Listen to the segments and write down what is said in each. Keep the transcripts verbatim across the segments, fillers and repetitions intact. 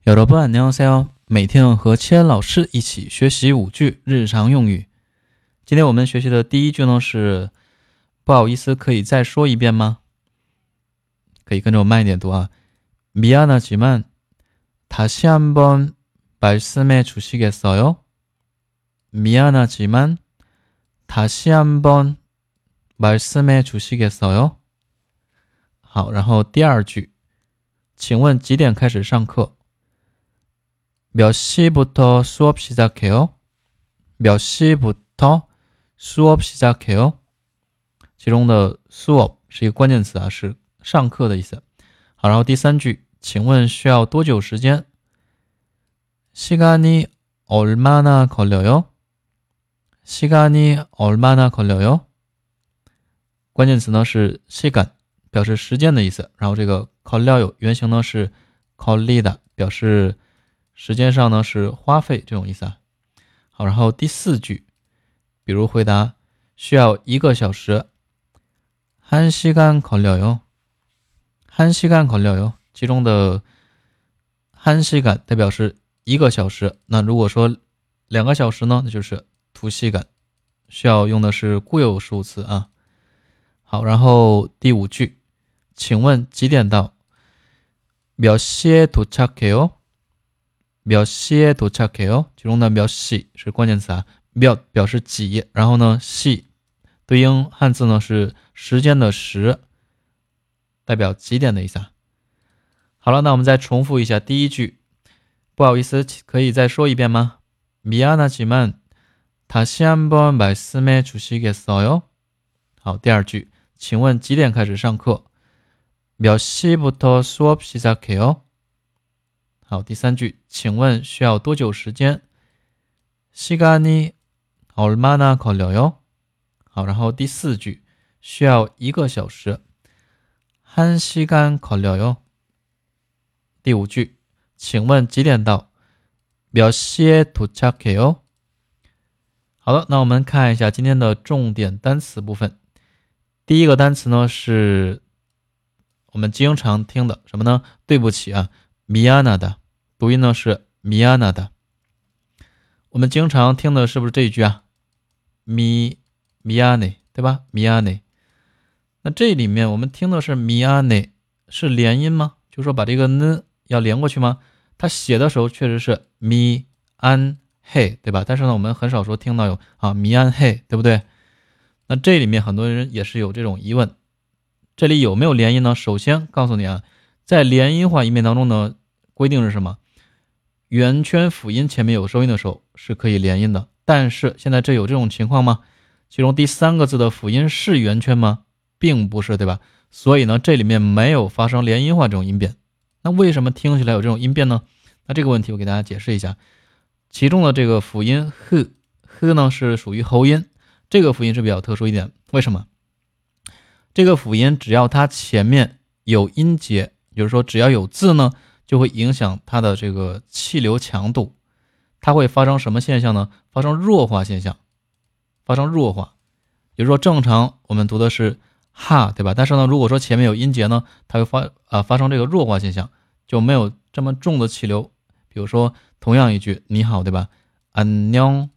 여러분 안녕하세요。每天和千老师一起学习五句日常用语。今天我们学习的第一句呢是不好意思，可以再说一遍吗？可以跟着我慢一点读啊。미안하지만 다시 한번 말씀해 주시겠어요? 미안하지만 다시 한번 말씀해 주시겠어요? 好，然后第二句，请问几点开始上课？ 몇 시부터 수업 시작해요? 몇 시부터 수업 시작해요? 其中的 수업 是一个关键词啊，是上课的意思。好，然后第三句，请问需要多久时间？ 시간이 얼마나 걸려요? 시간이 얼마나 걸려요? 关键词呢是시간，表示时间的意思。然后这个 걸려요 原型呢是 걸리다，表示时间上呢是花费这种意思啊。好，然后第四句，比如回答需要一个小时，한 시간 걸려요。한 시간 걸려요。其中的한 시간代表是一个小时，那如果说两个小时呢，那就是두 시간，需要用的是固有数词啊。好，然后第五句，请问几点到？몇 시에 도착해요？몇 시에 도착해요？其中的몇 시是关键词啊，몇表示几，然后呢시对应汉字呢是时间的时，代表几点的意思啊。好了，那我们再重复一下第一句，不好意思，可以再说一遍吗？ 미안하지만 다시 한번 말씀해 주시겠어요? 好，第二句，请问几点开始上课？ 몇 시부터 수업 시작해요? 好，第三句，请问需要多久时间？ 시간이 얼마나 걸려요? 好，然后第四句，需要一个小时。 한 시간 걸려요. 第五句，请问几点到？ 몇 시에 도착해요? 好的，那我们看一下今天的重点单词部分。第一个单词呢是我们经常听的什么呢？对不起啊，미안하다，读音呢是미안하다。我们经常听的是不是这一句啊？미 미안해，对吧？미안해。那这里面我们听的是미안해，是连音吗？就是说把这个呢要连过去吗？它写的时候确实是미안해，对吧？但是呢，我们很少说听到有啊미안해，对不对？那这里面很多人也是有这种疑问，这里有没有连音呢？首先告诉你啊，在连音化音变当中呢，规定是什么？圆圈辅音前面有收音的时候是可以连音的，但是现在这有这种情况吗？其中第三个字的辅音是圆圈吗？并不是，对吧？所以呢，这里面没有发生连音化这种音变。那为什么听起来有这种音变呢？那这个问题我给大家解释一下。其中的这个辅音 h h 呢是属于喉音，这个辅音是比较特殊一点。为什么？这个辅音只要它前面有音节，也就是说只要有字呢，就会影响它的这个气流强度，它会发生什么现象呢？发生弱化现象，发生弱化。也就是说正常我们读的是哈，对吧？但是呢，如果说前面有音节呢，它会发啊发生这个弱化现象，就没有这么重的气流。比如说同样一句你好，对吧？안녕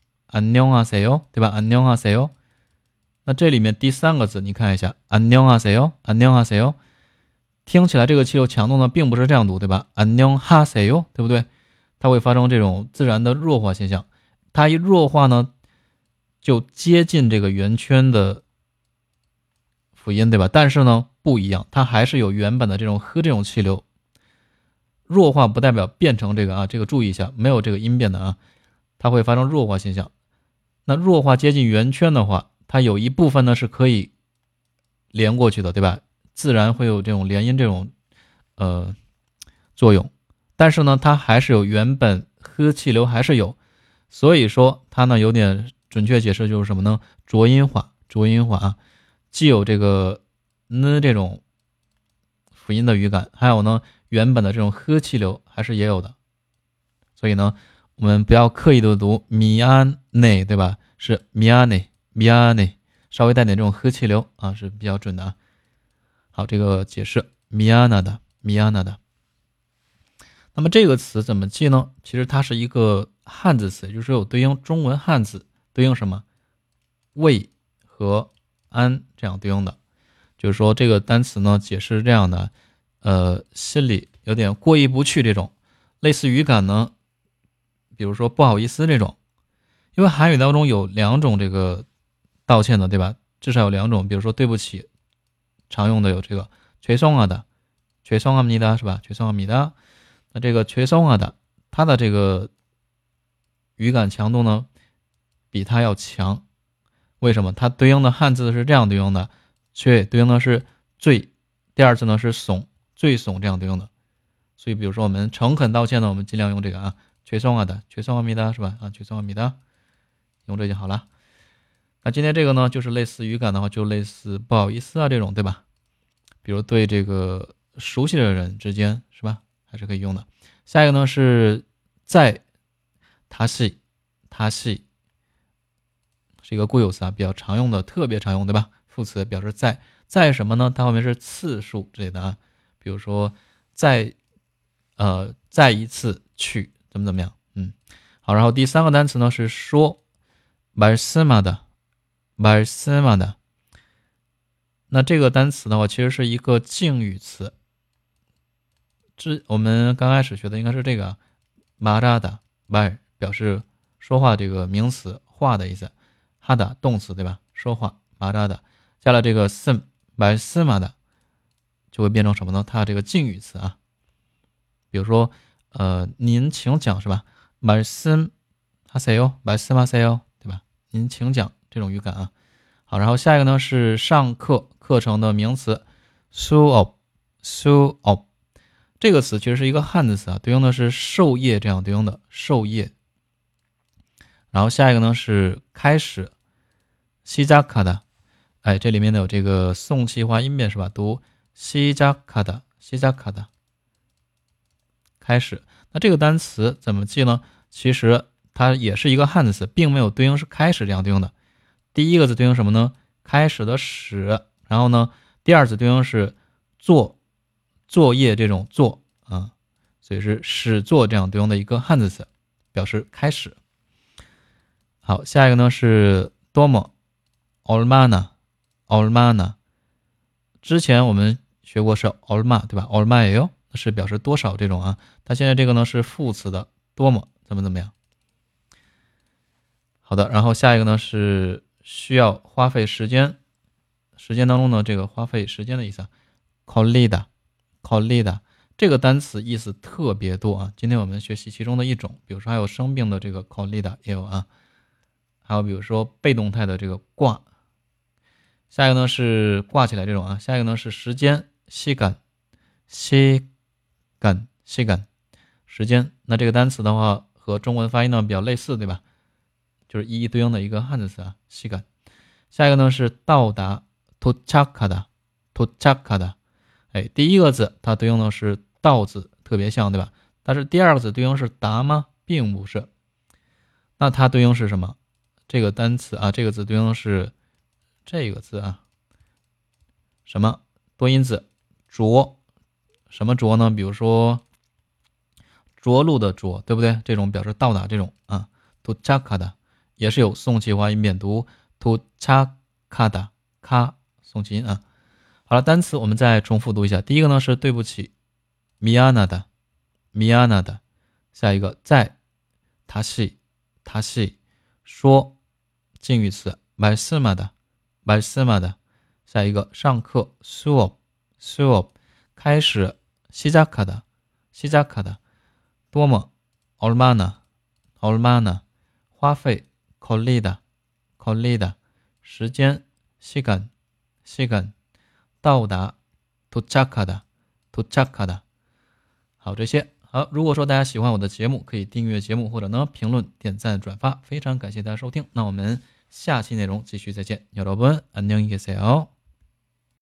안녕하세요，对吧？안녕하세요。那这里面第三个字你看一下안녕하세요 안녕하세요，听起来这个气流强度呢并不是这样读，对吧？안녕하세요，对不对？它会发生这种自然的弱化现象，它一弱化呢就接近这个圆圈的辅音，对吧？但是呢不一样，它还是有原本的这种呵这种气流。弱化不代表变成这个啊，这个注意一下，没有这个音变的啊，它会发生弱化现象。那弱化接近圆圈的话，它有一部分呢是可以连过去的，对吧？自然会有这种连音这种呃作用，但是呢它还是有原本呵气流还是有，所以说它呢有点准确解释就是什么呢？浊音化，浊音化啊，既有这个呢这种辅音的语感，还有呢原本的这种呵气流还是也有的。所以呢我们不要刻意的读미안해，对吧？是미안해 미안해，稍微带点这种呵气流啊，是比较准的啊。好，这个解释미안하다 미안하다。 那么这个词怎么记呢？其实它是一个汉字词，就是有对应中文汉字，对应什么？为和安这样对应的。就是说这个单词呢，解释这样的，呃，心里有点过意不去这种，类似语感呢，比如说不好意思这种。因为韩语当中有两种这个道歉的，对吧？至少有两种，比如说对不起，常用的有这个죄송하다，죄송합니다是吧？죄송합니다。那这个죄송하다，它的这个语感强度呢，比它要强。为什么？它对应的汉字是这样对应的，缺对应的是最，第二次呢是怂，最怂这样对应的。所以比如说我们诚恳道歉呢，我们尽量用这个啊，죄송하다，죄송합니다是吧？啊，죄송합니다，用这就好了。那今天这个呢，就是类似语感的话，就类似不好意思啊这种，对吧？比如对这个熟悉的人之间是吧，还是可以用的。下一个呢是在다시，다시是一个固有词啊，比较常用的，特别常用，对吧？副词表示在，在什么呢？它后面是次数之类的啊，比如说再呃再一次去怎么怎么样，嗯，好，然后第三个单词呢是说말씀하다，말씀하다。那这个单词的话，其实是一个敬语词。这我们刚开始学的应该是这个말하다，말表示说话这个名词，话的意思。하다动词，对吧？说话말하다，加了这个씀 말씀하다，就会变成什么呢？它这个敬语词啊。比如说，呃，您请讲是吧？말씀하세요，말씀하세요，对吧？您请讲这种语感啊。好，然后下一个呢是上课课程的名词수업，수업这个词其实是一个汉字词啊，对应的是授业这样对应的授业。然后下一个呢是开始시작하다，哎，这里面呢有这个送气化音变是吧？读시작하다，시작하다，开始。那这个单词怎么记呢？其实它也是一个汉字词，并没有对应是开始这样对应的。第一个字对应什么呢？开始的始，然后呢，第二次对应是作，作业这种作啊，所以是始作这样对应的一个汉字词，表示开始。好，下一个呢是多么，얼마나，얼마나。之前我们学过是얼마，对吧？얼마예요，是表示多少这种啊。它现在这个呢是副词的多么，怎么怎么样。好的，然后下一个呢是需要花费时间，时间当中呢这个花费时间的意思啊。colida，colida这个单词意思特别多啊。今天我们学习其中的一种，比如说还有生病的这个 colida 也有啊。还有比如说被动态的这个挂，下一个呢是挂起来这种啊，下一个呢是时间시간，시간，시간，时間。那这个单词的话和中文发音呢比较类似，对吧？就是一一对应的一个汉字词啊，시간。下一个呢是到达도착하다，도착하다。哎，第一个字它对应的是到字，特别像，对吧？但是第二个字对应是达吗？并不是。那它对应是什么？这个单词啊，这个字对应的是这个字啊，什么多音字着，什么着呢？比如说着陆的着，对不对？这种表示到达这种啊，도착하다也是有送气化音变读도착하다，咔送气音啊。好了，单词我们再重复读一下。第一个呢是对不起미안하다，미안하다。下一个在다시，다시说敬语词말씀하다，말씀하다。下一个上课수업，수업开始시작하다，시작하다。多么얼마나，얼마나花费col리다，col리다时间시간，시간到达도착하다，도착하다。好，这些好。如果说大家喜欢我的节目，可以订阅节目或者呢评论、点赞、转发，非常感谢大家收听。那我们下期内容继续再见。여러분 안녕히 계세요。